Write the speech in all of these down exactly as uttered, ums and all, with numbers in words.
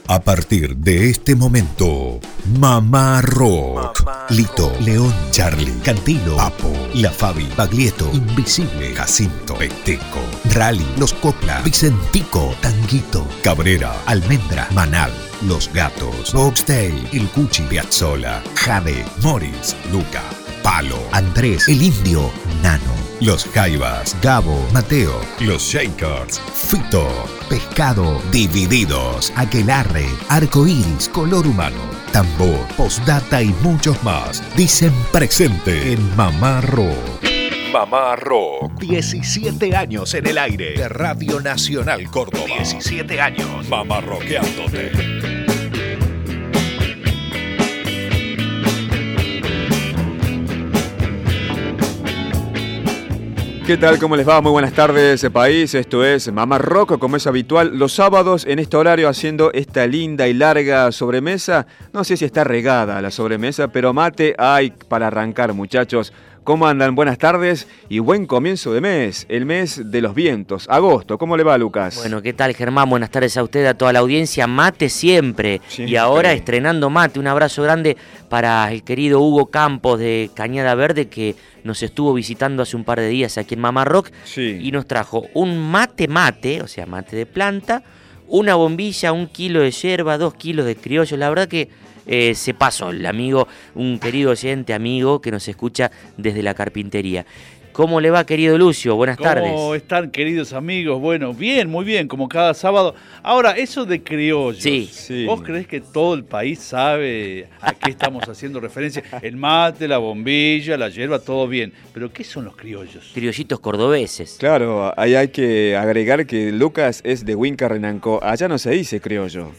A partir de este momento, Mamá Rock. Mamá Lito, Rock. León, Charlie, Cantilo, Papo, La Fabi, Baglietto, Invisible, Jacinto, Peteco, Rally, Los Copla, Vicentico, Tanguito, Cabrera, Almendra, Manal, Los Gatos, Boxday, El Cuchi, Piazzola, Jade, Morris, Luca, Palo, Andrés, El Indio, Nano, Los Jaivas, Gabo, Mateo, Los Shakers, Fito, Pescado, Divididos, Aquelarre, Arcoíris, Color Humano, Tambor, Postdata y muchos más dicen presente en Mamá Rock. Mamá Rock. diecisiete años en el aire de Radio Nacional Córdoba. diecisiete años. Mamá Rockeándote. ¿Qué tal? ¿Cómo les va? Muy buenas tardes, país. Esto es Mamá Rock, como es habitual, los sábados en este horario haciendo esta linda y larga sobremesa. No sé si está regada la sobremesa, pero mate hay para arrancar, muchachos. ¿Cómo andan? Buenas tardes y buen comienzo de mes, el mes de los vientos, agosto. ¿Cómo le va, Lucas? Bueno, ¿qué tal, Germán? Buenas tardes a usted, a toda la audiencia. Mate siempre. siempre. Y ahora estrenando mate. Un abrazo grande para el querido Hugo Campos de Cañada Verde, que nos estuvo visitando hace un par de días aquí en Mamá Rock. Sí. Y nos trajo un mate mate, o sea, mate de planta, una bombilla, un kilo de yerba, dos kilos de criollo. La verdad que Eh, se pasó el amigo, un querido oyente amigo que nos escucha desde la carpintería. ¿Cómo le va, querido Lucio? Buenas ¿Cómo tardes. ¿Cómo están, queridos amigos? Bueno, bien, muy bien, como cada sábado. Ahora, eso de criollos, sí. Sí. ¿Vos creés que todo el país sabe a qué estamos haciendo referencia? El mate, la bombilla, la hierba, todo bien. Pero, ¿qué son los criollos? Criollitos cordobeses. Claro, ahí hay que agregar que Lucas es de Huinca, Renanco. Allá no se dice criollo.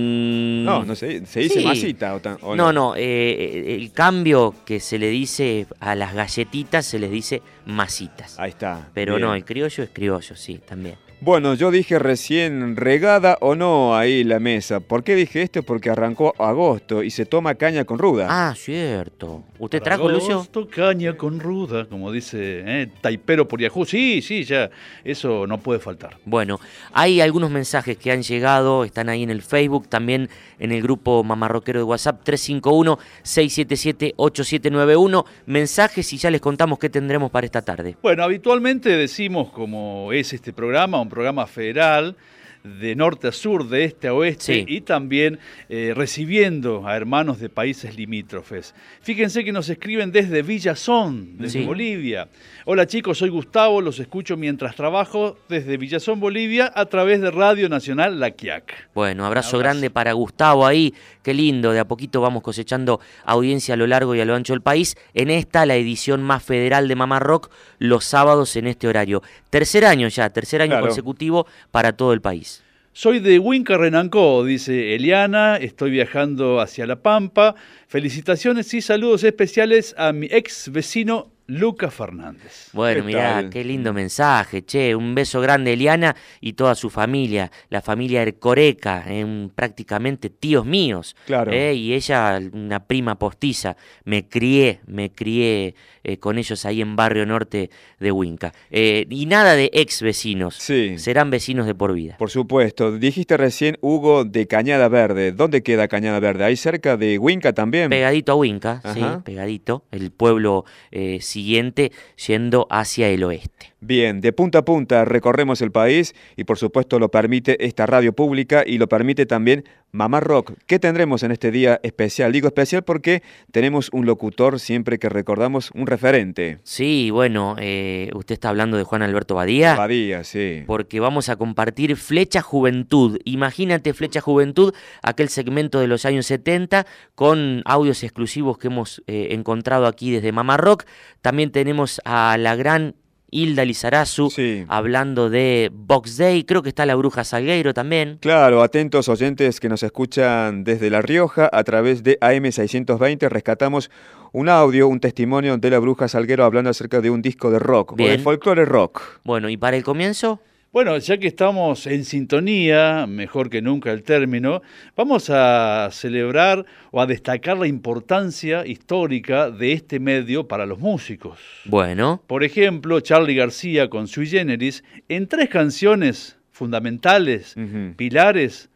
Mm, no, no se, se dice sí. masita. O tan, o no, no, eh, el cambio que se le dice a las galletitas se les dice masitas. Ahí está. Pero bien. no, el criollo es criollo, sí, también. Bueno, yo dije recién regada o no ahí la mesa. ¿Por qué dije esto? Porque arrancó agosto y se toma caña con ruda. Ah, cierto. ¿Usted Para trajo, Lucio? agosto, caña con ruda, como dice eh, Taipero por Yahoo. Sí, sí, ya, eso no puede faltar. Bueno, hay algunos mensajes que han llegado, están ahí en el Facebook, también en el grupo Mamarroquero de WhatsApp, tres cinco uno, seis siete siete, ocho siete nueve uno. Mensajes y ya les contamos qué tendremos para esta tarde. Bueno, habitualmente decimos, como es este programa, un programa federal, de norte a sur, de este a oeste, sí. Y también eh, recibiendo a hermanos de países limítrofes. Fíjense que nos escriben desde Villazón, desde sí. Bolivia. Hola chicos, soy Gustavo, los escucho mientras trabajo desde Villazón, Bolivia, a través de Radio Nacional La Quiaca. Bueno, abrazo, abrazo grande para Gustavo ahí, qué lindo, de a poquito vamos cosechando audiencia a lo largo y a lo ancho del país. En esta, la edición más federal de Mamá Rock, los sábados en este horario. Tercer año ya, tercer año claro. consecutivo para todo el país. Soy de Huinca, Renanco, dice Eliana, estoy viajando hacia La Pampa. Felicitaciones y saludos especiales a mi ex vecino Luca Fernández. Bueno, mirá, tal? Qué lindo mensaje, che, un beso grande Eliana y toda su familia, la familia Ercoreca, eh, prácticamente tíos míos. Claro. Eh, y ella, una prima postiza, me crié, me crié eh, con ellos ahí en Barrio Norte de Huinca. Eh, y nada de ex vecinos, sí. serán vecinos de por vida. Por supuesto, dijiste recién, Hugo, de Cañada Verde. ¿Dónde queda Cañada Verde? ¿Ahí cerca de Huinca también? Pegadito a Huinca, Ajá. sí, pegadito, el pueblo eh, siguiente yendo hacia el oeste. Bien, de punta a punta recorremos el país y por supuesto lo permite esta radio pública y lo permite también Mamá Rock. ¿Qué tendremos en este día especial? Digo especial porque tenemos un locutor siempre que recordamos, un referente. Sí, bueno, eh, usted está hablando de Juan Alberto Badía. Badía, sí. Porque vamos a compartir Flecha Juventud. Imagínate Flecha Juventud, aquel segmento de los años setenta con audios exclusivos que hemos eh, encontrado aquí desde Mamá Rock. También tenemos a la gran Hilda Lizarazu, sí. hablando de Box Day, creo que está la Bruja Salgueiro también. Claro, atentos oyentes que nos escuchan desde La Rioja, a través de A M seiscientos veinte, rescatamos un audio, un testimonio de la Bruja Salgueiro hablando acerca de un disco de rock, Bien. o de folclore rock. Bueno, ¿y para el comienzo? Bueno, ya que estamos en sintonía, mejor que nunca el término, vamos a celebrar o a destacar la importancia histórica de este medio para los músicos. Bueno. Por ejemplo, Charly García con Sui Generis, en tres canciones fundamentales, uh-huh. pilares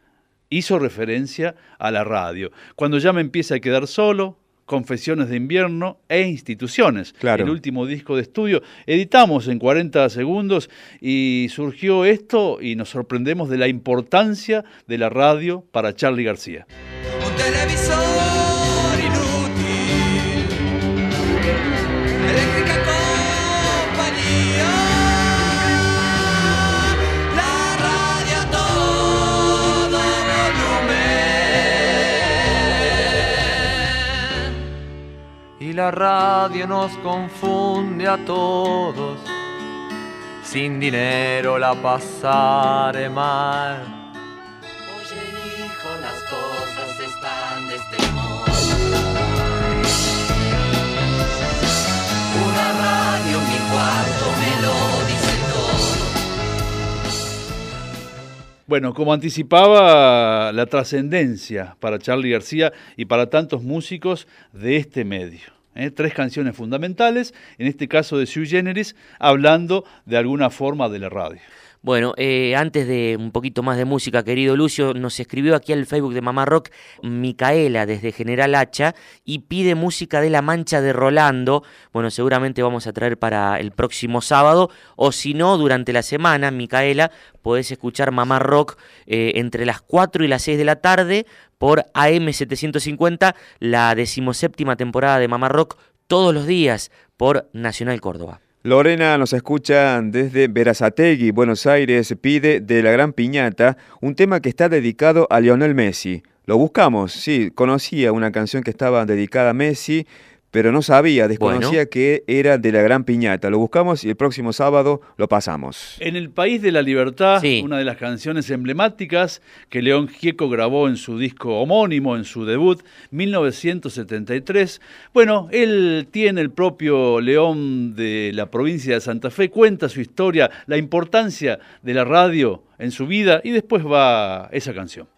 hizo referencia a la radio. Cuando ya me empieza a quedar solo, Confesiones de invierno e Instituciones. Claro. El último disco de estudio. Editamos en cuarenta segundos y surgió esto y nos sorprendemos de la importancia de la radio para Charly García. Un televisor inútil, eléctrica compañía, la radio a todo volumen. Y la radio nos confunde a todos, sin dinero la pasaré mal. Están de este modo. Una radio en mi cuarto me lo dice todo. Bueno, como anticipaba, la trascendencia para Charly García y para tantos músicos de este medio. ¿eh? Tres canciones fundamentales, en este caso de Sui Generis, hablando de alguna forma de la radio. Bueno, eh, antes de un poquito más de música, querido Lucio, nos escribió aquí al Facebook de Mamá Rock Micaela desde General Hacha y pide música de La Mancha de Rolando. Bueno, seguramente vamos a traer para el próximo sábado, o si no, durante la semana, Micaela, podés escuchar Mamá Rock eh, entre las cuatro y las seis de la tarde por A M setecientos cincuenta, la decimoséptima temporada de Mamá Rock, todos los días por Nacional Córdoba. Lorena nos escucha desde Berazategui, Buenos Aires, pide de La Gran Piñata un tema que está dedicado a Lionel Messi. Lo buscamos, sí, conocía una canción que estaba dedicada a Messi, pero no sabía, desconocía bueno. que era de La Gran Piñata. Lo buscamos y el próximo sábado lo pasamos. En El País de la Libertad, sí. una de las canciones emblemáticas que León Gieco grabó en su disco homónimo, en su debut, mil novecientos setenta y tres. Bueno, él tiene el propio León de la provincia de Santa Fe, cuenta su historia, la importancia de la radio en su vida y después va esa canción.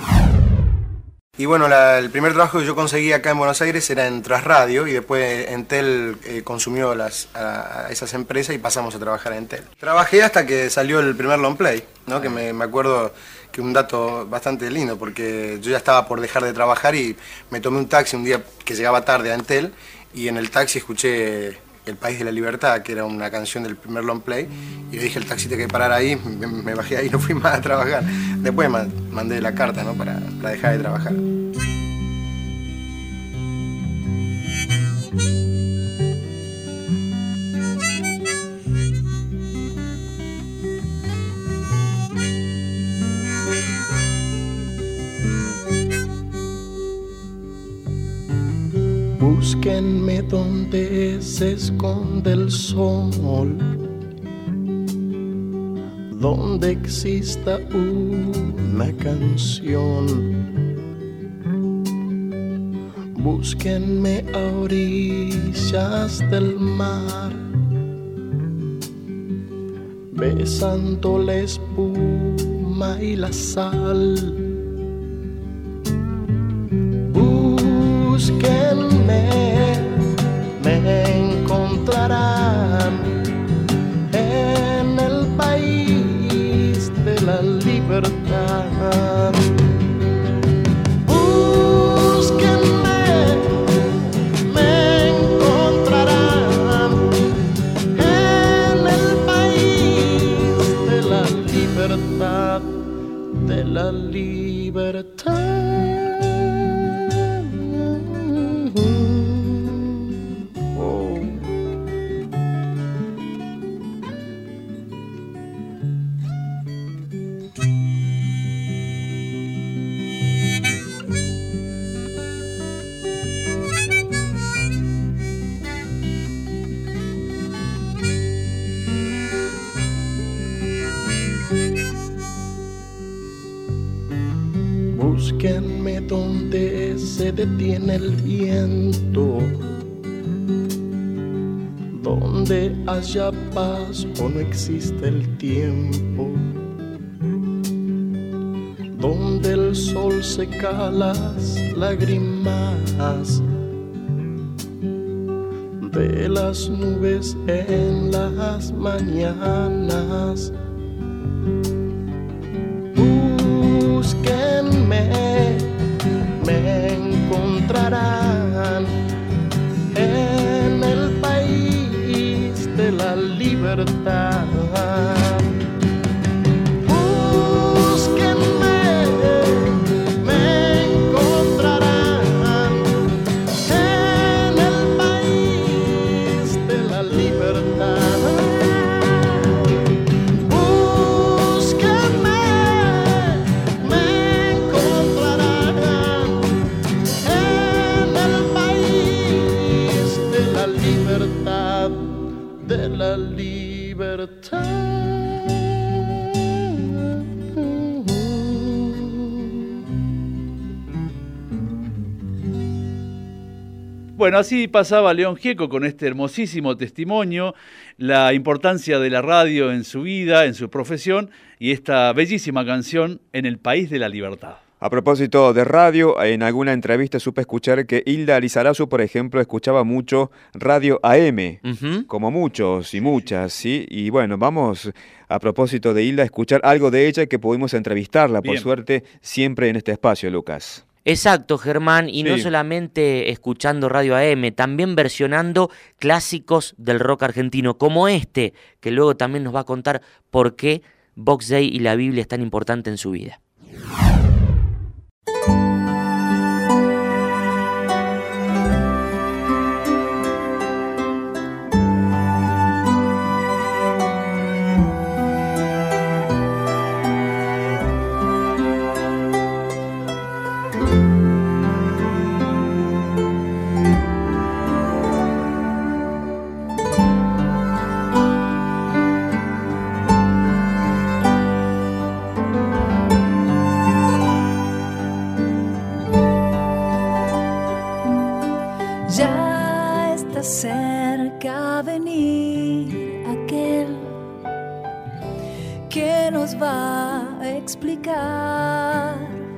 Y bueno, la, el primer trabajo que yo conseguí acá en Buenos Aires era en Trasradio y después Entel eh, consumió las, a, a esas empresas y pasamos a trabajar en Entel. Trabajé hasta que salió el primer long play, ¿no? Que me, me acuerdo que un dato bastante lindo porque yo ya estaba por dejar de trabajar y me tomé un taxi un día que llegaba tarde a Entel y en el taxi escuché El País de la Libertad, que era una canción del primer long play, y le dije al taxi que parar ahí, me, me bajé ahí y no fui más a trabajar. Después mandé la carta, ¿no? para, para dejar de trabajar. Búsquenme donde se esconde el sol, donde exista una canción. Búsquenme a orillas del mar, besando la espuma y la sal. Búsquenme, me encontrarán en el país de la libertad. Búsquenme, me encontrarán en el país de la libertad, de la libertad. Búsquenme donde se detiene el viento, donde haya paz o no existe el tiempo, donde el sol seca las lágrimas de las nubes en las mañanas. Búsquenme Bueno, así pasaba León Gieco con este hermosísimo testimonio, la importancia de la radio en su vida, en su profesión, y esta bellísima canción En el País de la Libertad. A propósito de radio, en alguna entrevista supe escuchar que Hilda Lizarazu, por ejemplo, escuchaba mucho radio A M, uh-huh. como muchos y muchas, ¿sí? Y bueno, vamos, a propósito de Hilda, a escuchar algo de ella que pudimos entrevistarla, Bien. por suerte, siempre en este espacio, Lucas. Exacto, Germán, y sí. no solamente escuchando radio A M, también versionando clásicos del rock argentino, como este, que luego también nos va a contar por qué Box Day y la Biblia es tan importante en su vida. Cerca venir aquel que nos va a explicar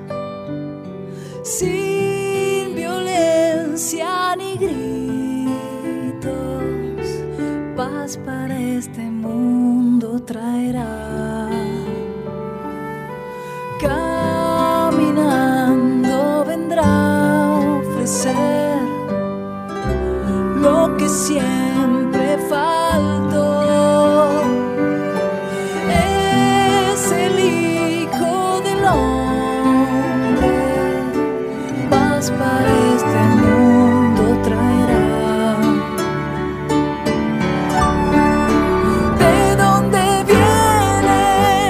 sin violencia ni gritos, paz para este mundo traerá. Caminando vendrá a ofrecer lo que siempre faltó. Es el Hijo del Hombre, paz para este mundo traerá. ¿De dónde viene?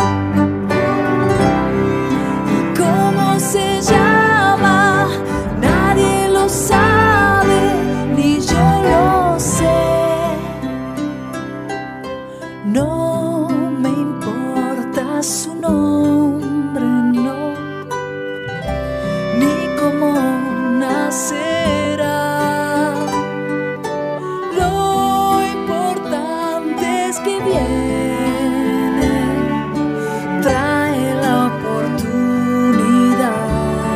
¿Y cómo se llama? Nadie lo sabe. No me importa su nombre, no, ni cómo nacerá. Lo importante es que viene, trae la oportunidad.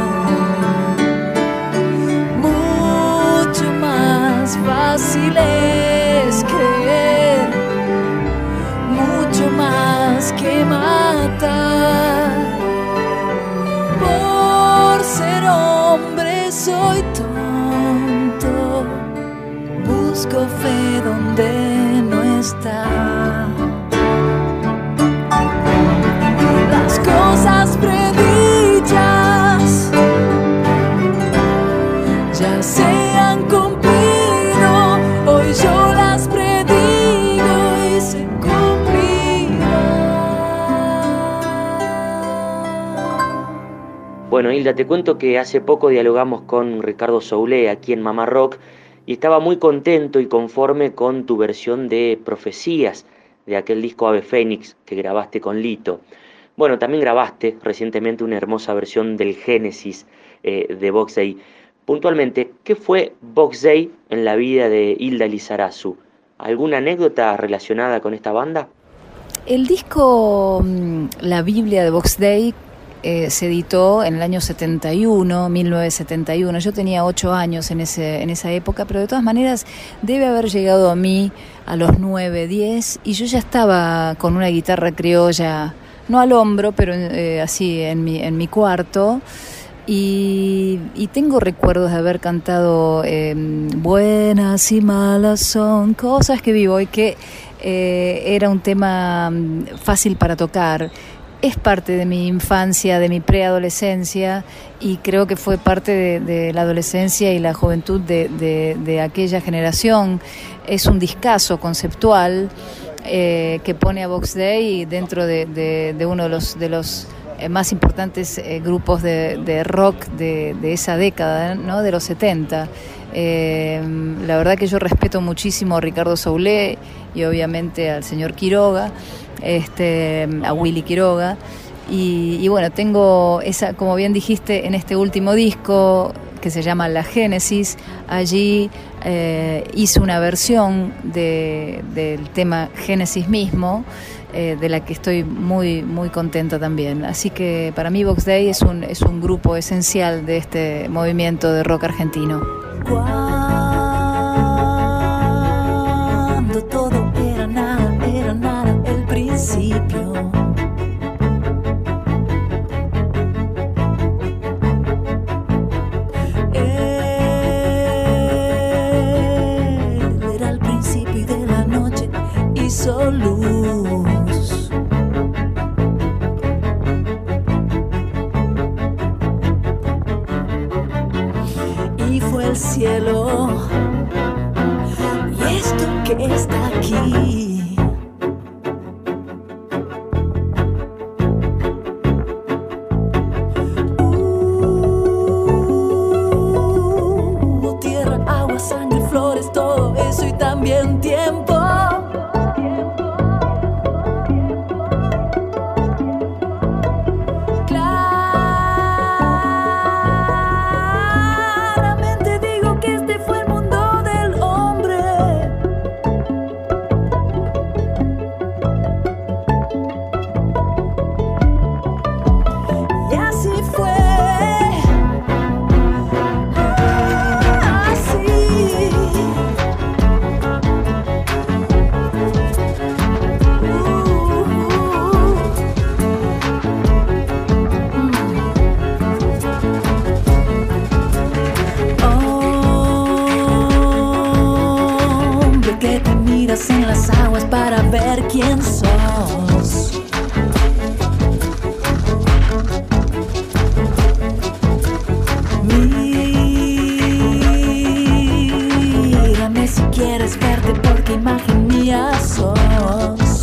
Mucho más fácil es creer, mucho más que matar. Por ser hombre soy tonto, busco fe donde no está. Las cosas predichas ya se han cumplido, hoy yo las predigo y se Bueno, Hilda, te cuento que hace poco dialogamos con Ricardo Soule aquí en Mamá Rock y estaba muy contento y conforme con tu versión de Profecías de aquel disco Ave Fénix que grabaste con Lito. Bueno, también grabaste recientemente una hermosa versión del Génesis eh, de Box Day. Puntualmente, ¿qué fue Box Day en la vida de Hilda Lizarazu? ¿Alguna anécdota relacionada con esta banda? El disco La Biblia de Box Day Eh, se editó en el año setenta y uno, mil novecientos setenta y uno. Yo tenía ocho años en, ese, en esa época, pero de todas maneras debe haber llegado a mí a los nueve, diez, y yo ya estaba con una guitarra criolla, no al hombro, pero eh, así en mi, en mi cuarto, y, y tengo recuerdos de haber cantado eh, buenas y malas son cosas que vivo, y que eh, era un tema fácil para tocar. Es parte de mi infancia, de mi preadolescencia, y creo que fue parte de, de la adolescencia y la juventud de, de, de aquella generación. Es un discazo conceptual eh, que pone a Box Day dentro de, de, de uno de los, de los eh, más importantes eh, grupos de, de rock de, de esa década, ¿no? De los setenta. Eh, la verdad que yo respeto muchísimo a Ricardo Soule y obviamente al señor Quiroga, este, a Willy Quiroga, y, y bueno, tengo esa, como bien dijiste, en este último disco que se llama La Génesis. Allí eh, hice una versión de, del tema Génesis mismo, eh, de la que estoy muy, muy contenta también. Así que para mí Box Day es un, es un grupo esencial de este movimiento de rock argentino. Cuando todo era nada, era nada el principio. Él era el principio de la noche, hizo luz. Y fue el cielo. Y esto que está aquí, hubo tierra, agua, sangre, flores, todo eso y también tiempo. Claramente digo que este fue el mundo del hombre. Y así fue, así. Hombre que te miras en las aguas para ver quién sos. Mírame si quieres verte porque imagen mía sos.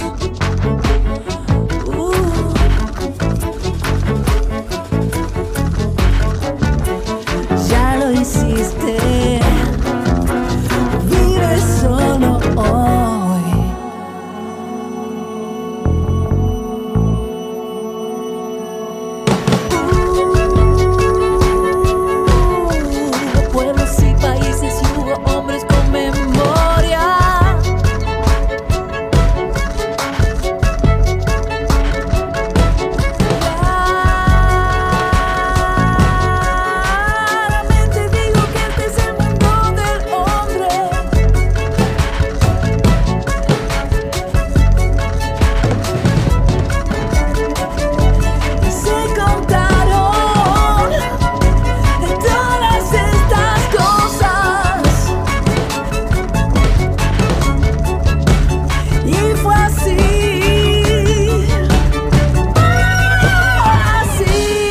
Uh. Ya lo hiciste. Vive solo hoy. Hubo pueblos y países y hubo hombres con memoria. Claramente digo que este es el mundo del hombre. Se contaron de todas estas cosas y fue así, así.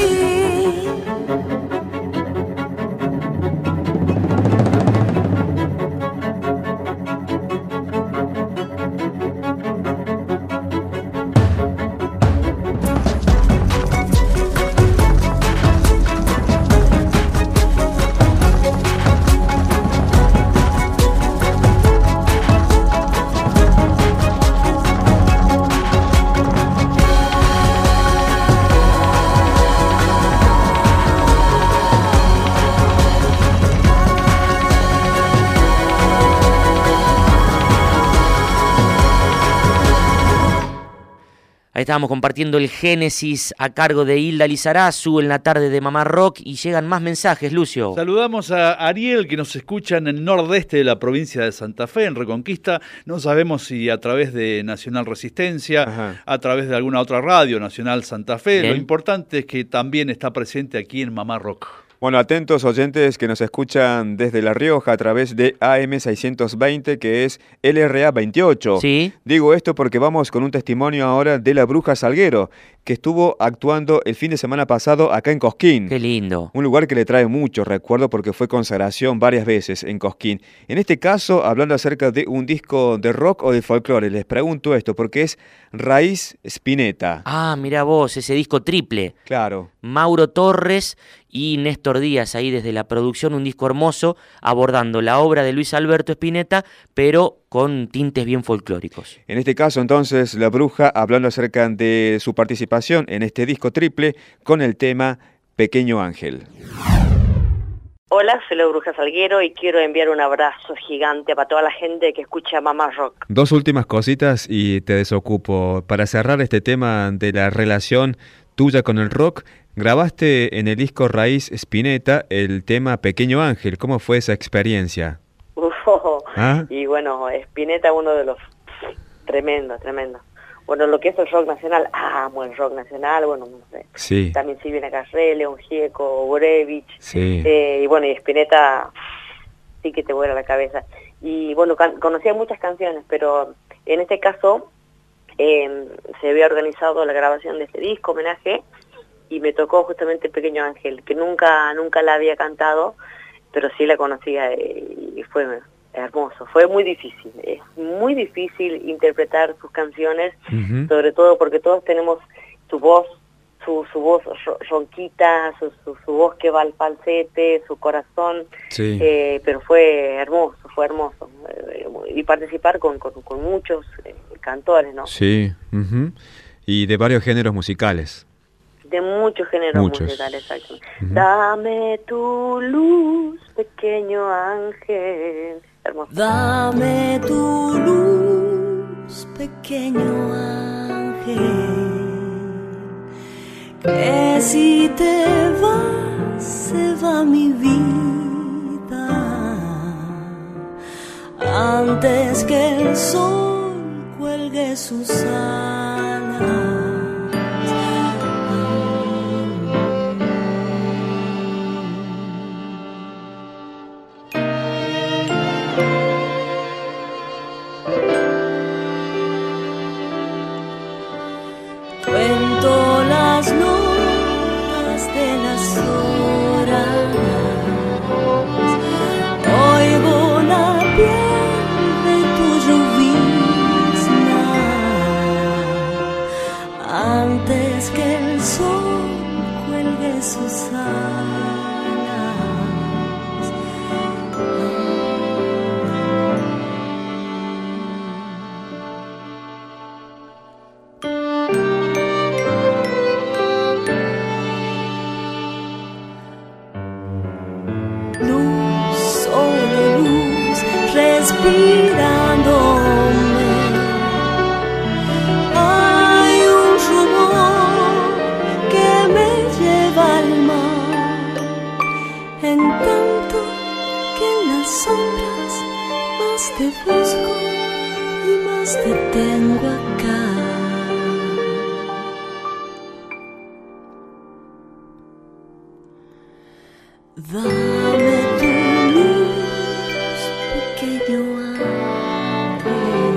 Ahí estábamos compartiendo el Génesis a cargo de Hilda Lizarazu en la tarde de Mamá Rock y llegan más mensajes, Lucio. Saludamos a Ariel, que nos escucha en el nordeste de la provincia de Santa Fe, en Reconquista. No sabemos si a través de Nacional Resistencia, Ajá. a través de alguna otra radio, Nacional Santa Fe. Bien. Lo importante es que también está presente aquí en Mamá Rock. Bueno, atentos oyentes que nos escuchan desde La Rioja a través de A M seiscientos veinte, que es L R A veintiocho. Sí. Digo esto porque vamos con un testimonio ahora de la Bruja Salguero, que estuvo actuando el fin de semana pasado acá en Cosquín. Qué lindo. Un lugar que le trae mucho recuerdo porque fue consagración varias veces en Cosquín. En este caso, hablando acerca de un disco de rock o de folclore, les pregunto esto porque es Raíz Spinetta. Ah, mirá vos, ese disco triple. Claro. Mauro Torres y Néstor Díaz ahí desde la producción, un disco hermoso abordando la obra de Luis Alberto Spinetta, pero con tintes bien folclóricos. En este caso, entonces, La Bruja hablando acerca de su participación en este disco triple con el tema Pequeño Ángel. Hola, soy la Bruja Salguero y quiero enviar un abrazo gigante para toda la gente que escucha Mamá Rock. Dos últimas cositas y te desocupo. Para cerrar este tema de la relación tuya con el rock, grabaste en el disco Raíz Spinetta el tema Pequeño Ángel. ¿Cómo fue esa experiencia? Uh, ¿Ah? Y bueno, Spinetta uno de los tremendo, tremendo. Bueno, lo que es el rock nacional, amo el rock nacional, bueno, no sé. Sí. También Silvina Carré, León Gieco, Borevich. Sí. Eh, y bueno, y Spinetta sí que te vuela la cabeza. Y bueno, can- conocía muchas canciones, pero en este caso eh, se había organizado la grabación de este disco, homenaje, y me tocó justamente Pequeño Ángel, que nunca nunca la había cantado, pero sí la conocía y fue hermoso. Fue muy difícil, es muy difícil interpretar sus canciones, Uh-huh. sobre todo porque todos tenemos su voz, su, su voz ro- ronquita, su, su, su voz que va al falsete, su corazón, Sí. eh, pero fue hermoso, fue hermoso. Eh, y participar con, con, con muchos eh, cantores, ¿no? Sí. Uh-huh. Y de varios géneros musicales. De muchos géneros Muchos. musicales, exacto. Ujú. Dame tu luz, pequeño ángel. Hermoso. Dame tu luz, pequeño ángel, que si te vas, se va mi vida, antes que el sol cuelgue sus alas. Cuento las notas de las horas, oigo la piel de tu llovizna, antes que el sol cuelgue sus alas. Luz, solo luz, respirándome. Hay un rumor que me lleva al mar, en tanto que en las sombras más te busco y más te tengo acá. Dame tu luz, pequeño ángel.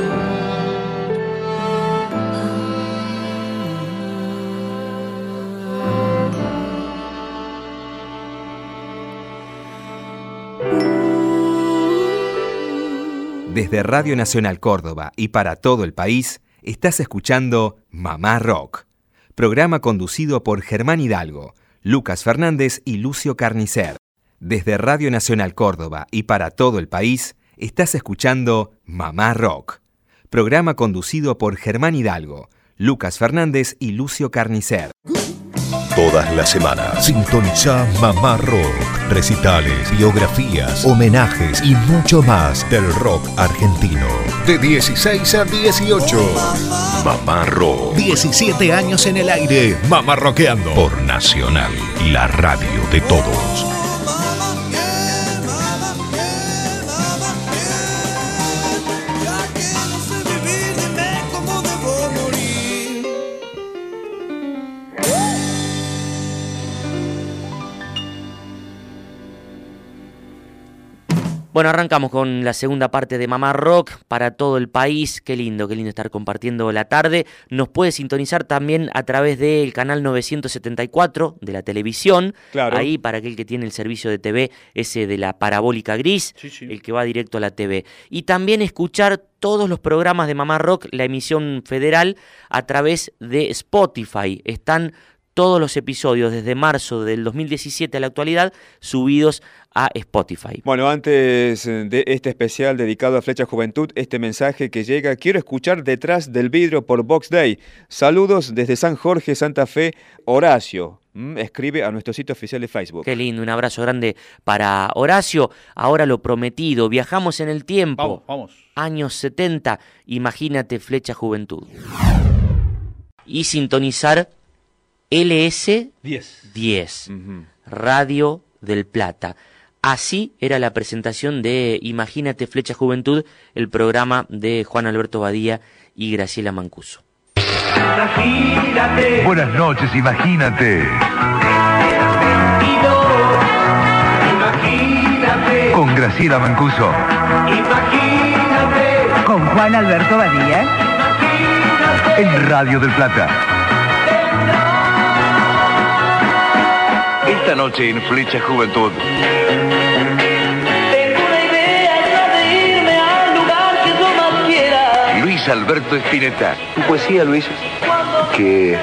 Desde Radio Nacional Córdoba y para todo el país, estás escuchando Mamá Rock, programa conducido por Germán Hidalgo, Lucas Fernández y Lucio Carnicer. Desde Radio Nacional Córdoba y para todo el país, estás escuchando Mamá Rock, programa conducido por Germán Hidalgo, Lucas Fernández y Lucio Carnicer. Todas las semanas sintoniza Mamá Rock, recitales, biografías, homenajes y mucho más del rock argentino. De dieciséis a dieciocho. Mamá Rock. diecisiete años en el aire. Mamá Rockeando. Por Nacional, la radio de todos. Bueno, arrancamos con la segunda parte de Mamá Rock para todo el país. Qué lindo, qué lindo estar compartiendo la tarde. Nos puede sintonizar también a través del canal novecientos setenta y cuatro de la televisión. Claro. Ahí, para aquel que tiene el servicio de T V, ese de la parabólica gris, Sí, sí. el que va directo a la T V. Y también escuchar todos los programas de Mamá Rock, la emisión federal, a través de Spotify. Están todos los episodios desde marzo del dos mil diecisiete a la actualidad subidos a Spotify. Bueno, antes de este especial dedicado a Flecha Juventud, este mensaje que llega: quiero escuchar Detrás del Vidrio por Box Day. Saludos desde San Jorge, Santa Fe, Horacio. Mm, escribe a nuestro sitio oficial de Facebook. Qué lindo, un abrazo grande para Horacio. Ahora lo prometido, viajamos en el tiempo. Vamos, vamos. Años setenta, imagínate Flecha Juventud. Y sintonizar L S diez, uh-huh. Radio del Plata. Así era la presentación de Imagínate Flecha Juventud, el programa de Juan Alberto Badía y Graciela Mancuso. Imagínate. Buenas noches, imagínate. Imagínate. Con Graciela Mancuso. Imagínate. Con Juan Alberto Badía. Imagínate. En Radio del Plata. Esta noche en Flecha Juventud. Tengo una idea de irme al lugar que yo más quiera. Luis Alberto Spinetta. Tu poesía, Luis, que,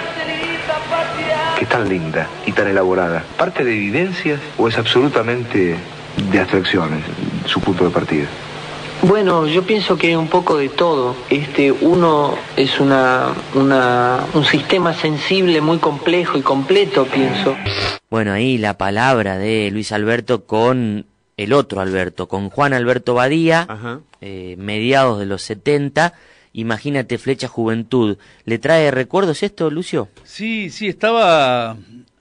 que es tan linda y tan elaborada. ¿Parte de evidencias o es absolutamente de abstracciones su punto de partida? Bueno, yo pienso que un poco de todo. Este, uno es una, una, un sistema sensible muy complejo y completo, pienso. Bueno, ahí la palabra de Luis Alberto con el otro Alberto, con Juan Alberto Badía, eh, mediados de los setenta. Imagínate Flecha Juventud. ¿Le trae recuerdos esto, Lucio? Sí, sí, estaba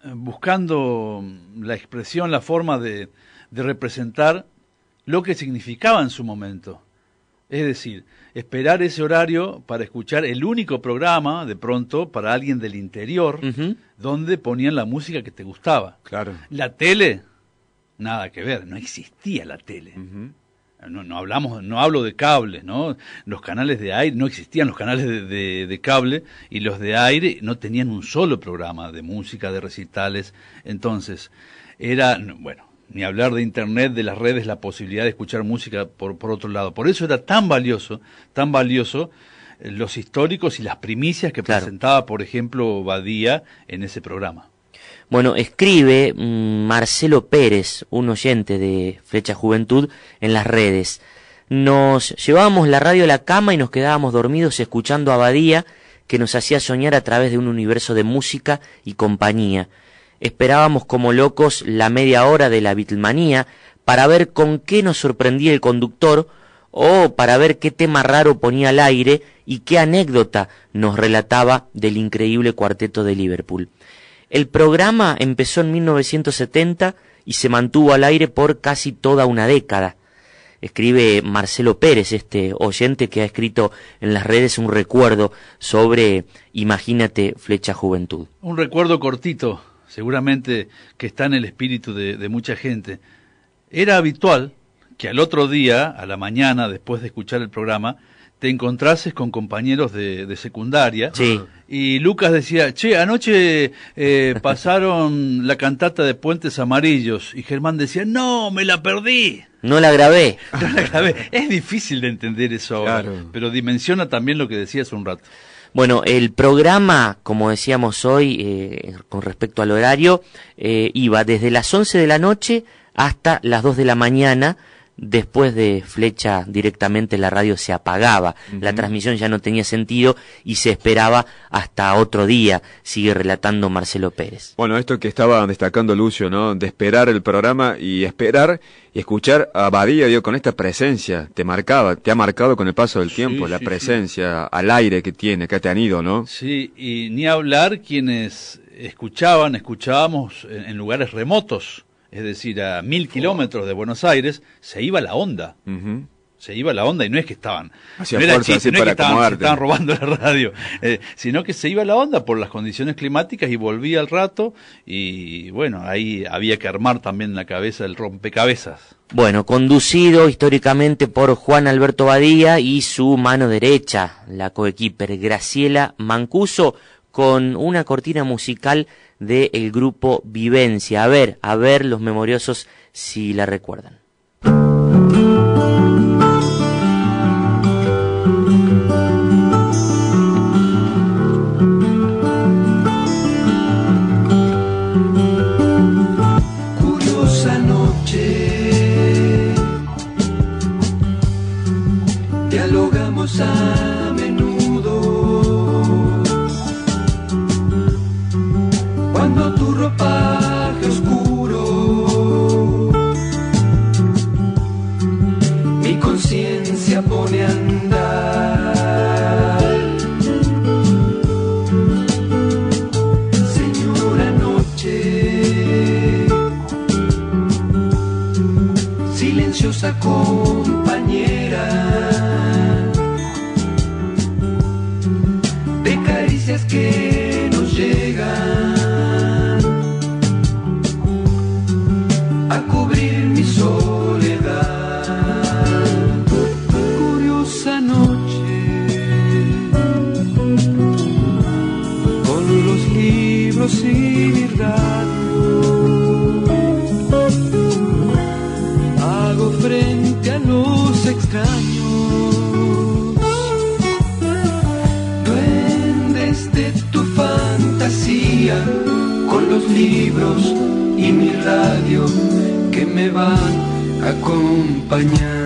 buscando la expresión, la forma de, de representar lo que significaba en su momento. Es decir, esperar ese horario para escuchar el único programa, de pronto, para alguien del interior, uh-huh. donde ponían la música que te gustaba. Claro. La tele, nada que ver, no existía la tele. Uh-huh. No, no hablamos, no hablo de cables, ¿no? Los canales de aire, no existían los canales de, de, de cable, y los de aire no tenían un solo programa de música, de recitales. Entonces, era, bueno, ni hablar de internet, de las redes, la posibilidad de escuchar música por, por otro lado. Por eso era tan valioso, tan valioso eh, los históricos y las primicias que claro. presentaba, por ejemplo, Badía en ese programa. Bueno, escribe mmm, Marcelo Pérez, un oyente de Flecha Juventud, en las redes. Nos llevábamos la radio a la cama y nos quedábamos dormidos escuchando a Badía, que nos hacía soñar a través de un universo de música y compañía. Esperábamos como locos la media hora de la Beatlemanía para ver con qué nos sorprendía el conductor o para ver qué tema raro ponía al aire y qué anécdota nos relataba del increíble cuarteto de Liverpool. El programa empezó en mil novecientos setenta y se mantuvo al aire por casi toda una década. Escribe Marcelo Pérez, este oyente que ha escrito en las redes un recuerdo sobre Imagínate Flecha Juventud. Un recuerdo cortito, seguramente que está en el espíritu de, de mucha gente. Era habitual que al otro día, a la mañana, después de escuchar el programa, te encontrases con compañeros de, de secundaria. Sí. Y Lucas decía, che, anoche eh, pasaron la cantata de Puentes Amarillos. Y Germán decía, no, me la perdí. No la grabé. No la grabé. Es difícil de entender eso ahora, claro. pero dimensiona también lo que decía hace un rato. Bueno, el programa, como decíamos hoy, eh, con respecto al horario, eh, iba desde las once de la noche hasta las dos de la mañana. Después de Flecha directamente la radio se apagaba, uh-huh. la transmisión ya no tenía sentido y se esperaba hasta otro día, sigue relatando Marcelo Pérez. Bueno, esto que estaba destacando Lucio, ¿no? De esperar el programa y esperar y escuchar a Badía, digo, con esta presencia, te marcaba, te ha marcado con el paso del tiempo, sí, la sí, presencia sí. al aire que tiene, que ha tenido, ¿no? Sí, y ni hablar quienes escuchaban, escuchábamos en, en lugares remotos. Es decir, a mil kilómetros de Buenos Aires, se iba la onda. Uh-huh. Se iba la onda y no es que estaban... Hacía no era fuerza, chiste, así no para es que estaban, se estaban acomodarte. robando la radio, eh, sino que se iba la onda por las condiciones climáticas y volvía al rato y bueno, ahí había que armar también la cabeza el rompecabezas. Bueno, conducido históricamente por Juan Alberto Badía y su mano derecha, la coequiper Graciela Mancuso, con una cortina musical del grupo Vivencia. A ver, a ver los memoriosos si la recuerdan. Curiosa noche, dialogamos a menudo. Cuando tu ropa silenciosa compañera, de caricias que nos llegan a cubrir mi soledad. Curiosa noche, con los libros y mi radio, hago frente a los extraños, duendes de tu fantasía, con los libros y mi radio que me van a acompañar.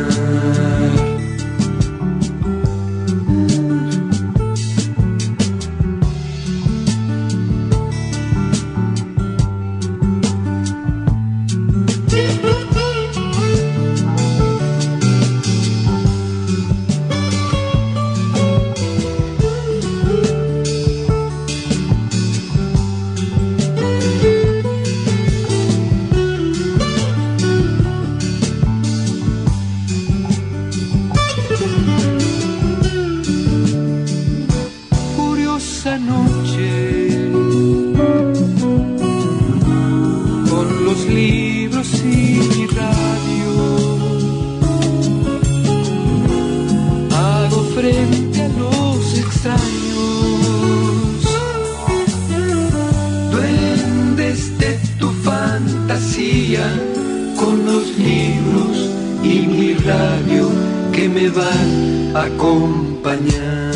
Con los libros y mi radio que me van a acompañar.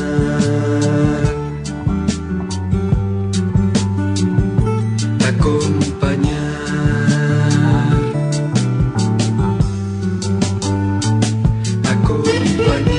Acompañar. Acompañar.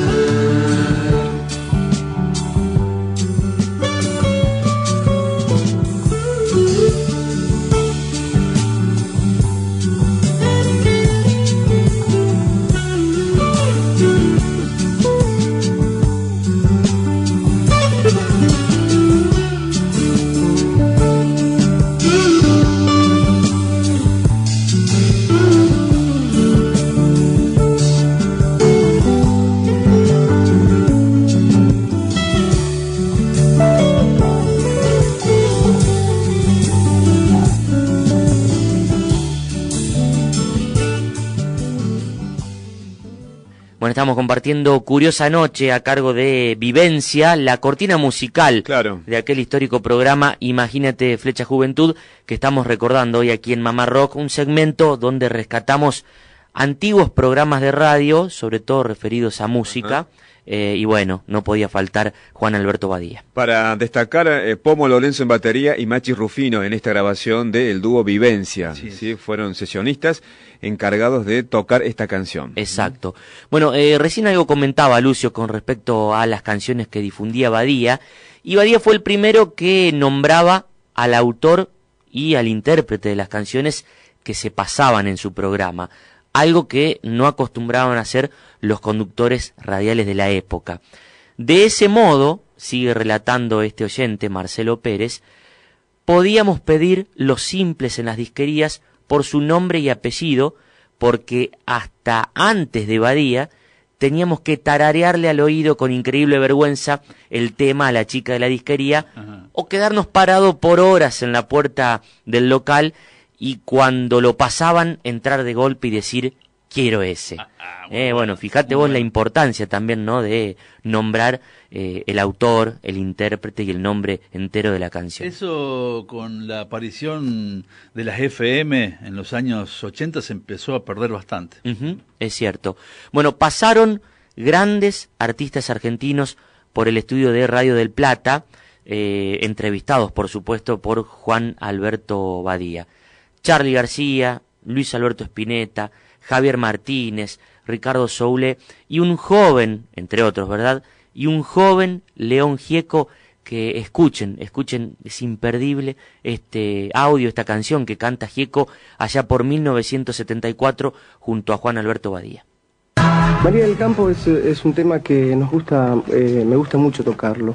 Bueno, estamos compartiendo Curiosa Noche a cargo de Vivencia, la cortina musical claro. de aquel histórico programa Imagínate Flecha Juventud, que estamos recordando hoy aquí en Mamá Rock, un segmento donde rescatamos antiguos programas de radio, sobre todo referidos a música, eh, y bueno, no podía faltar Juan Alberto Badía. Para destacar, eh, Pomo Lorenzo en batería y Machi Rufino en esta grabación del dúo Vivencia, sí, ¿sí? Fueron sesionistas encargados de tocar esta canción. Exacto. Bueno, eh, recién algo comentaba Lucio con respecto a las canciones que difundía Badía, y Badía fue el primero que nombraba al autor y al intérprete de las canciones que se pasaban en su programa, algo que no acostumbraban a hacer los conductores radiales de la época. De ese modo, sigue relatando este oyente, Marcelo Pérez, podíamos pedir los simples en las disquerías por su nombre y apellido, porque hasta antes de Badía teníamos que tararearle al oído con increíble vergüenza el tema a la chica de la disquería, ajá, o quedarnos parados por horas en la puerta del local y cuando lo pasaban entrar de golpe y decir quiero ese. Ah, ah, bueno, eh, bueno, fíjate vos bueno. La importancia también, ¿no?, de nombrar eh, el autor, el intérprete y el nombre entero de la canción. Eso con la aparición de las F M en los años ochenta se empezó a perder bastante. Uh-huh, es cierto. Bueno, pasaron grandes artistas argentinos por el estudio de Radio del Plata, eh, entrevistados, por supuesto, por Juan Alberto Badía. Charly García, Luis Alberto Spinetta, Javier Martínez, Ricardo Soule y un joven, entre otros, ¿verdad? Y un joven León Gieco, que escuchen, escuchen, es imperdible este audio, esta canción que canta Gieco allá por mil novecientos setenta y cuatro junto a Juan Alberto Badía. María del Campo es, es un tema que nos gusta, eh, me gusta mucho tocarlo.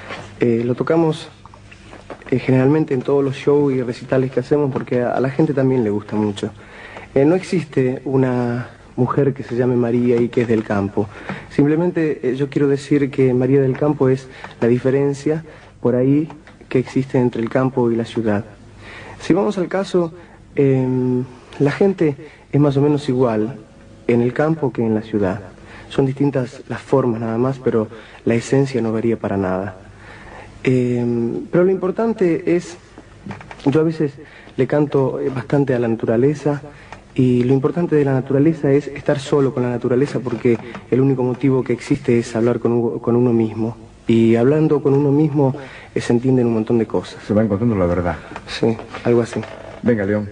Eh, lo tocamos eh, generalmente en todos los shows y recitales que hacemos porque a, a la gente también le gusta mucho. Eh, no existe una mujer que se llame María y que es del campo. Simplemente eh, yo quiero decir que María del Campo es la diferencia por ahí que existe entre el campo y la ciudad. Si vamos al caso, eh, la gente es más o menos igual en el campo que en la ciudad. Son distintas las formas nada más, pero la esencia no varía para nada. Eh, pero lo importante es, yo a veces le canto bastante a la naturaleza, y lo importante de la naturaleza es estar solo con la naturaleza, porque el único motivo que existe es hablar con, un, con uno mismo. Y hablando con uno mismo eh, se entienden un montón de cosas. Se va encontrando la verdad. Sí, algo así. Venga, León.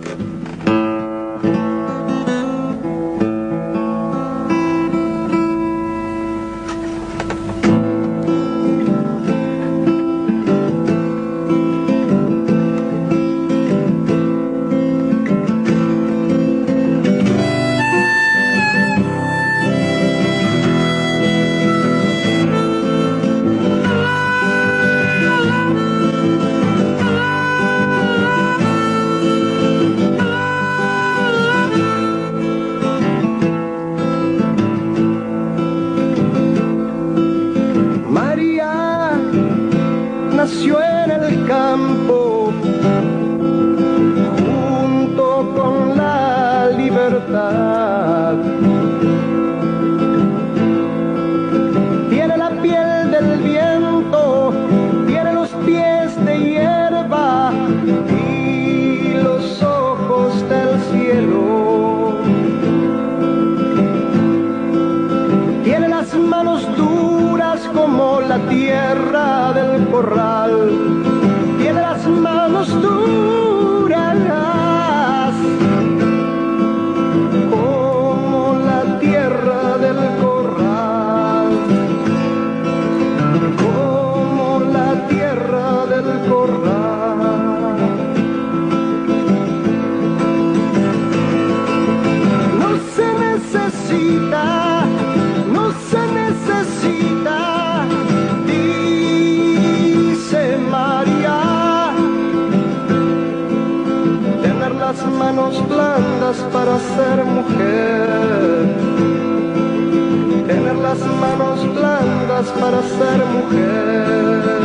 Para ser mujer, tener las manos blandas para ser mujer.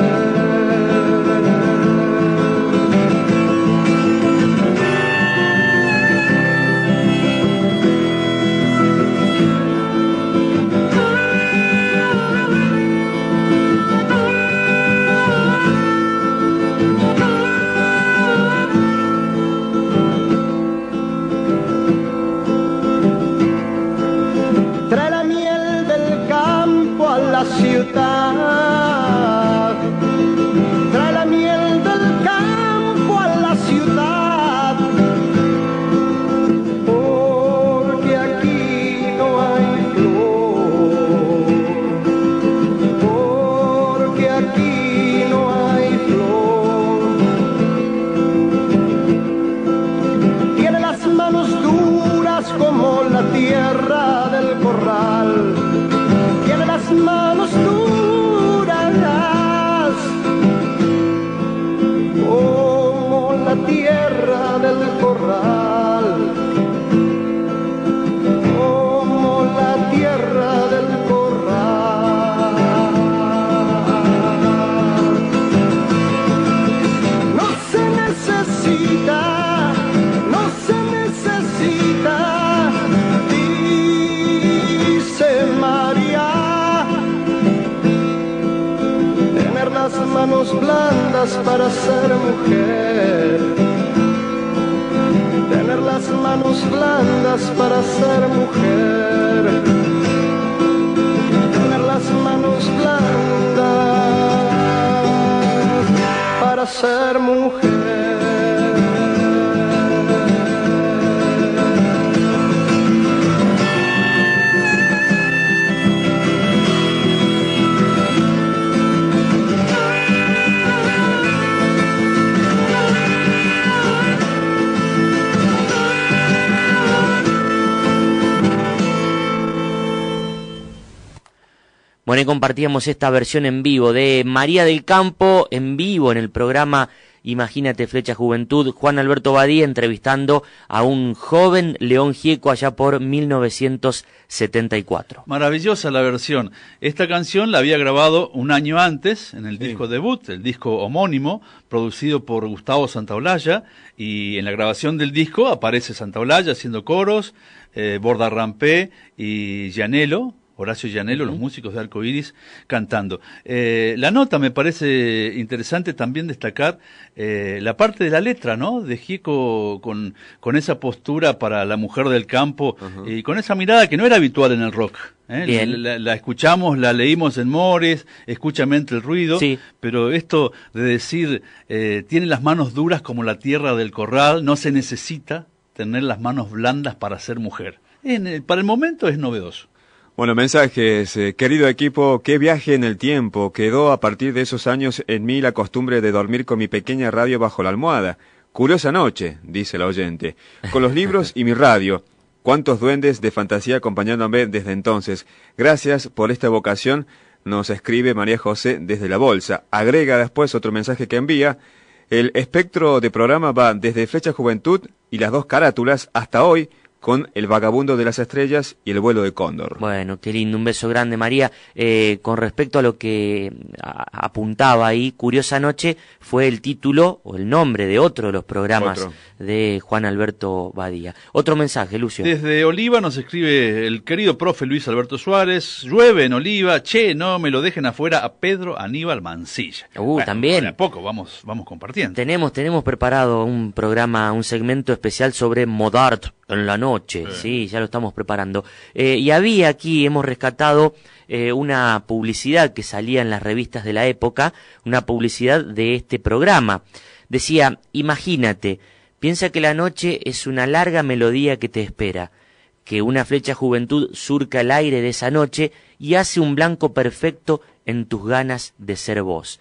Ciudad, trae la miel del campo a la ciudad, porque aquí no hay flor, porque aquí no hay flor. Tiene las manos duras como la tierra del corral, tiene las manos duras como la tierra del corral, como la tierra del corral. No se necesita, no se necesita, dice María, las manos blandas para ser mujer, tener las manos blandas para ser mujer, tener las manos blandas para ser mujer. Bueno, y compartíamos esta versión en vivo de María del Campo, en vivo en el programa Imagínate, Flecha Juventud, Juan Alberto Badía entrevistando a un joven León Gieco allá por mil novecientos setenta y cuatro. Maravillosa la versión. Esta canción la había grabado un año antes en el Sí. disco debut, el disco homónimo, producido por Gustavo Santaolalla, y en la grabación del disco aparece Santaolalla haciendo coros, eh, Borda Rampé y Llanelo, Horacio Llanelo, uh-huh. los músicos de Arco Iris, cantando. Eh, la nota me parece interesante también destacar eh, la parte de la letra, ¿no? De Gieco con, con esa postura para la mujer del campo uh-huh. y con esa mirada que no era habitual en el rock. ¿eh? Bien. La, la, la escuchamos, la leímos en Mores, Escúchame entre el ruido, sí. pero esto de decir, eh, tiene las manos duras como la tierra del corral, no se necesita tener las manos blandas para ser mujer. En el, para el momento es novedoso. Bueno, mensajes. Eh, querido equipo, qué viaje en el tiempo. Quedó a partir de esos años en mí la costumbre de dormir con mi pequeña radio bajo la almohada. Curiosa noche, dice la oyente. Con los libros y mi radio. Cuántos duendes de fantasía acompañándome desde entonces. Gracias por esta evocación, nos escribe María José desde la bolsa. Agrega después otro mensaje que envía. El espectro de programa va desde Flecha Juventud y las dos carátulas hasta hoy, con El vagabundo de las estrellas y El vuelo de cóndor. Bueno, qué lindo, un beso grande, María. Eh, con respecto a lo que a, apuntaba ahí, Curiosa Noche fue el título o el nombre de otro de los programas otro. de Juan Alberto Badía. Otro mensaje, Lucio. Desde Oliva nos escribe el querido profe Luis Alberto Suárez. Llueve en Oliva, che, no me lo dejen afuera a Pedro Aníbal Mancilla. Uh, bueno, también. A poco vamos, vamos compartiendo. Tenemos, tenemos preparado un programa, un segmento especial sobre Modart en la noche, sí, sí ya lo estamos preparando. Eh, y había aquí, hemos rescatado eh, una publicidad que salía en las revistas de la época, una publicidad de este programa. Decía, imagínate, piensa que la noche es una larga melodía que te espera, que una flecha juventud surca el aire de esa noche y hace un blanco perfecto en tus ganas de ser vos.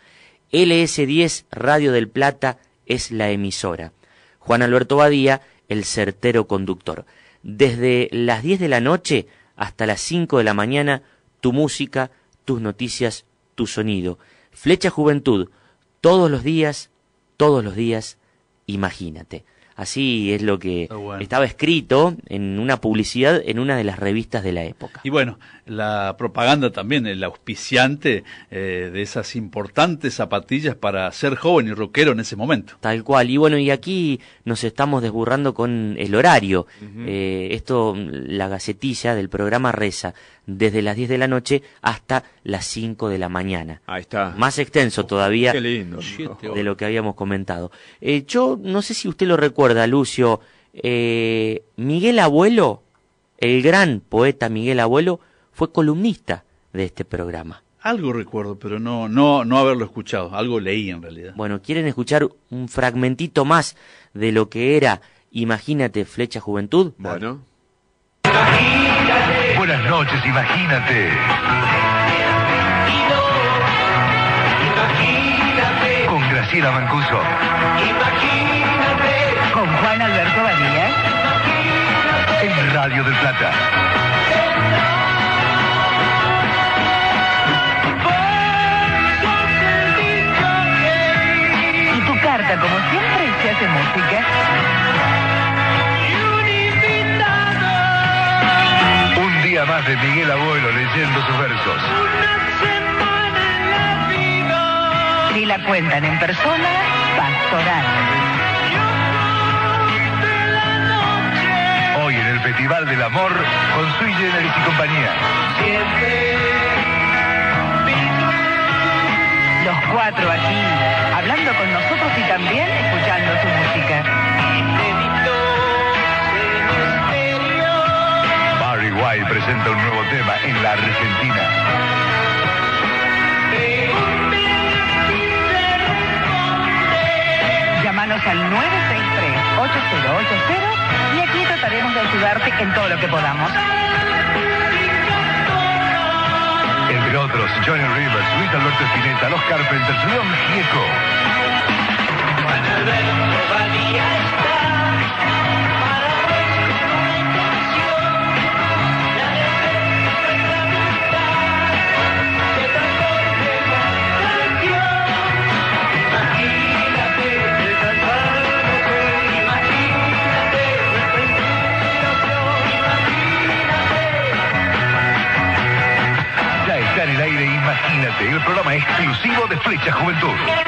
L S diez Radio del Plata es la emisora. Juan Alberto Badía, el certero conductor. Desde las diez de la noche hasta las cinco de la mañana, tu música, tus noticias, tu sonido. Flecha Juventud, todos los días, todos los días, imagínate. Así es lo que oh, bueno. estaba escrito en una publicidad en una de las revistas de la época. Y bueno, la propaganda también, el auspiciante eh, de esas importantes zapatillas para ser joven y rockero en ese momento. Tal cual. Y bueno, y aquí nos estamos desburrando con el horario. Uh-huh. Eh, esto, la gacetilla del programa reza desde las diez de la noche hasta las cinco de la mañana. Ahí está. Más extenso todavía Qué lindo. de lo que habíamos comentado. Eh, yo no sé si usted lo recuerda, Lucio, eh, Miguel Abuelo, el gran poeta Miguel Abuelo, fue columnista de este programa. Algo recuerdo, pero no, no, no haberlo escuchado, algo leí en realidad. Bueno, ¿quieren escuchar un fragmentito más de lo que era Imagínate, Flecha Juventud? Bueno. Buenas noches, imagínate. Con Graciela Mancuso. Con Juan Alberto Badía. En Radio del Plata. Y tu carta, como siempre, se hace música. Un día más de Miguel Abuelo leyendo sus versos. Y la cuentan en persona, Pastoral. Hoy en el Festival del Amor, con Sui Generis y compañía. Los cuatro aquí, hablando con nosotros y también escuchando su música. Barry White presenta un nuevo tema en la Argentina. Llámanos al nueve seis tres, ocho cero ocho cero y aquí trataremos de ayudarte en todo lo que podamos. Entre otros, Johnny Rivers, Luis Alberto Spinetta, Los Carpenters, León Gieco. Juan Alberto Badía está para comunicación. La se transforma en canción. Imagínate. Imagínate, el programa exclusivo de Flecha Juventud.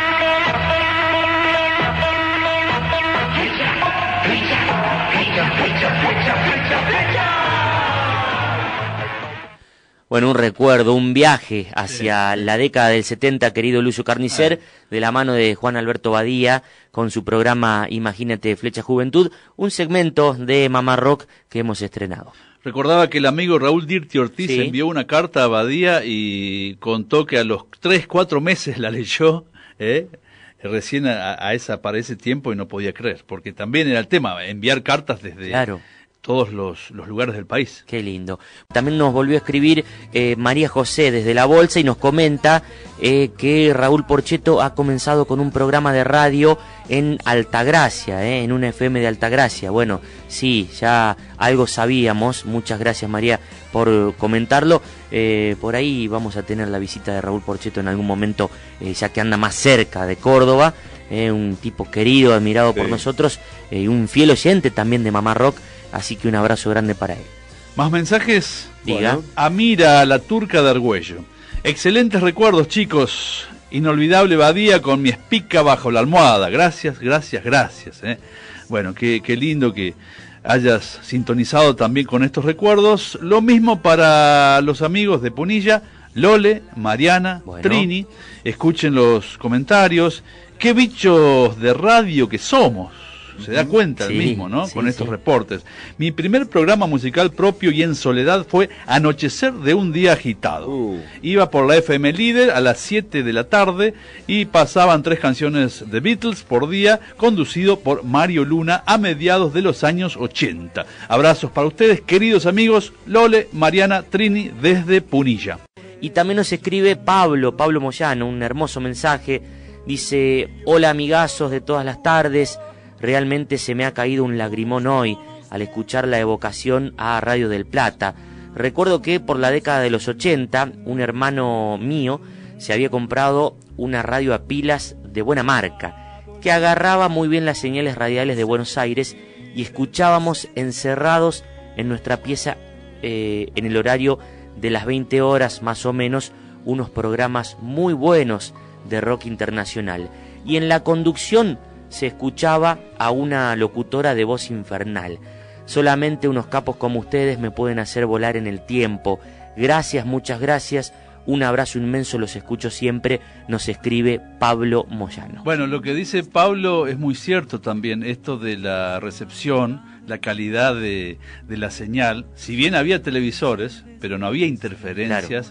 Bueno, un recuerdo, un viaje hacia la década del setenta, querido Lucio Carnicer, de la mano de Juan Alberto Badía, con su programa Imagínate Flecha Juventud, un segmento de Mamá Rock que hemos estrenado. Recordaba que el amigo Raúl Dirti Ortiz Sí. envió una carta a Badía y contó que a los tres, cuatro meses la leyó, ¿eh? recién a, a esa, para ese tiempo, y no podía creer, porque también era el tema, enviar cartas desde Claro. todos los, los lugares del país. Qué lindo. También nos volvió a escribir eh, María José desde La Bolsa y nos comenta eh, que Raúl Porcheto ha comenzado con un programa de radio en Altagracia, eh, en una F M de Altagracia. Bueno, sí, ya algo sabíamos. Muchas gracias, María, por comentarlo. Eh, por ahí vamos a tener la visita de Raúl Porcheto en algún momento, eh, ya que anda más cerca de Córdoba. Eh, un tipo querido, admirado Sí. por nosotros, y eh, un fiel oyente también de Mamá Rock. Así que un abrazo grande para él. Más mensajes. Diga. Bueno, Amira, la turca de Argüello. Excelentes recuerdos, chicos. Inolvidable Badía con mi espica bajo la almohada. Gracias, gracias, gracias. ¿eh? Bueno, qué, qué lindo que hayas sintonizado también con estos recuerdos. Lo mismo para los amigos de Punilla, Lole, Mariana, Bueno. Trini. Escuchen los comentarios. Qué bichos de radio que somos. Se da cuenta Sí, el mismo, ¿no? sí, Con estos sí. reportes. Mi primer programa musical propio y en soledad fue Anochecer de un día agitado. Uh. Iba por la F M Líder a las siete de la tarde y pasaban tres canciones de Beatles por día, conducido por Mario Luna a mediados de los años ochenta. Abrazos para ustedes, queridos amigos. Lole, Mariana, Trini, desde Punilla. Y también nos escribe Pablo, Pablo Moyano, un hermoso mensaje. Dice: hola amigazos de todas las tardes. Realmente se me ha caído un lagrimón hoy al escuchar la evocación a Radio del Plata. Recuerdo que por la década de los ochenta, un hermano mío se había comprado una radio a pilas de buena marca, que agarraba muy bien las señales radiales de Buenos Aires y escuchábamos encerrados en nuestra pieza eh, en el horario de las veinte horas más o menos, unos programas muy buenos de rock internacional. Y en la conducción se escuchaba a una locutora de voz infernal. Solamente unos capos como ustedes me pueden hacer volar en el tiempo. Gracias, muchas gracias. Un abrazo inmenso, los escucho siempre. Nos escribe Pablo Moyano. Bueno, lo que dice Pablo es muy cierto también, esto de la recepción, la calidad de, de la señal. Si bien había televisores, pero no había interferencias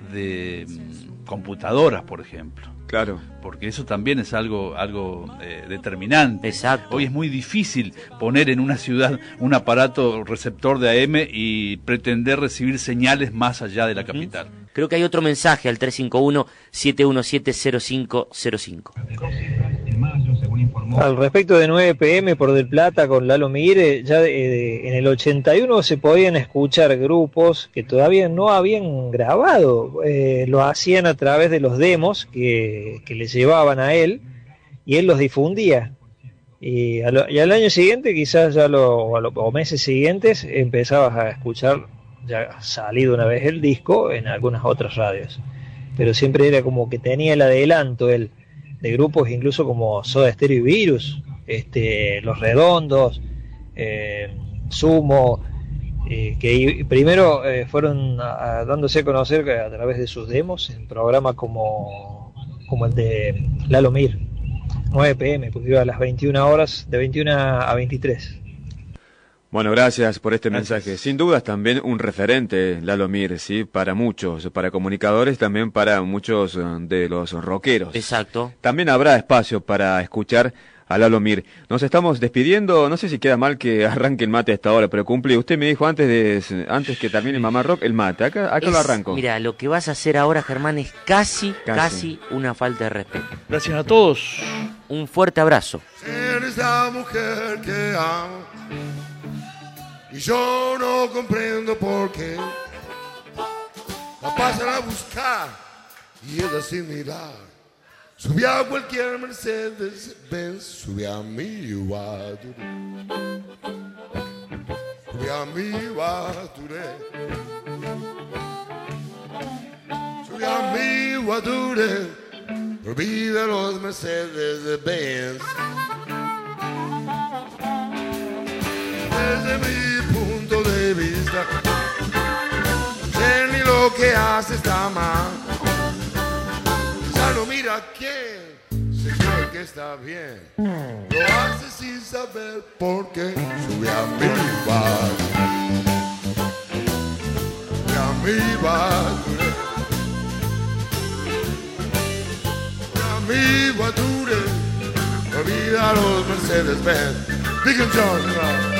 de mm, computadoras, por ejemplo. Claro. Porque eso también es algo, algo eh, determinante. Exacto. Hoy es muy difícil poner en una ciudad un aparato receptor de A M y pretender recibir señales más allá de la capital. Creo que hay otro mensaje al tres cinco uno, siete uno siete, cero cinco cero cinco. Al respecto de nueve P M por Del Plata con Lalo Miguel, ya de- de- en el ochenta y uno se podían escuchar grupos que todavía no habían grabado, eh, lo hacían a través de los demos que, que le llevaban a él y él los difundía. Y, a lo- y al año siguiente, quizás ya lo, o, a lo- o meses siguientes, empezabas a escuchar ya salido una vez el disco en algunas otras radios. Pero siempre era como que tenía el adelanto él, de grupos incluso como Soda Stereo y Virus, este, Los Redondos, eh, Sumo, eh, que i- primero eh, fueron a- a dándose a conocer a través de sus demos en programas como, como el de Lalo Mir, nueve P M, pues iba a las veintiuna horas, de veintiuna a veintitrés. Bueno, gracias por este mensaje. Sin dudas también un referente, Lalo Mir, ¿sí? Para muchos, para comunicadores, también para muchos eh, de los rockeros. Exacto. También habrá espacio para escuchar a Lalo Mir. Nos estamos despidiendo, no sé si queda mal que arranque el mate a esta hora, pero cumple. Usted me dijo antes de antes que termine Mamá Rock, el mate. Acá, acá lo Es- arranco. Mira, lo que vas a hacer ahora, Germán, es casi, Casi. casi una falta de respeto. Gracias a todos. Un fuerte abrazo. Eres la mujer que amo y yo no comprendo por qué la pasan a buscar y ella sin mirar sube a cualquier Mercedes Benz, sube a mi Guaturé, sube a mi Guaturé, sube a mi voiture, olvida los Mercedes-Benz. Desde mi punto de vista, sé ni lo que hace está mal. Ya no mira quién, se cree que está bien. Lo hace sin saber por qué. Sube a mi bar, sube a mi bar, sube a mi voiture, olvida los Mercedes-Benz. Deacon John, right?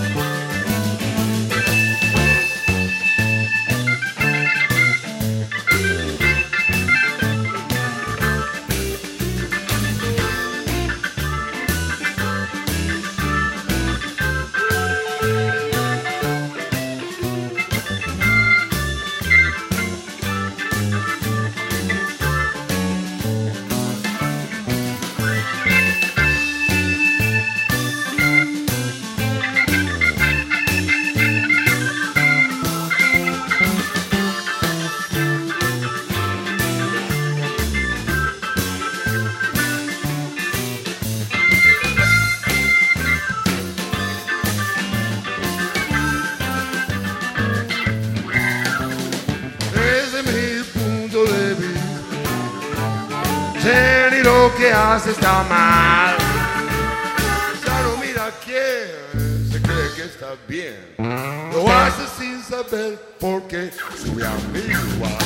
Que hace está mal. Ya no mira quién, se cree que está bien. Lo hace sin saber por qué. Sube a mi bar.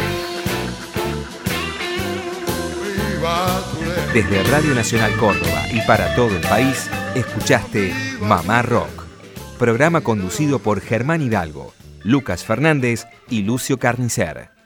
Desde Radio Nacional Córdoba y para todo el país, escuchaste Mamá Rock. Programa conducido por Germán Hidalgo, Lucas Fernández y Lucio Carnicer.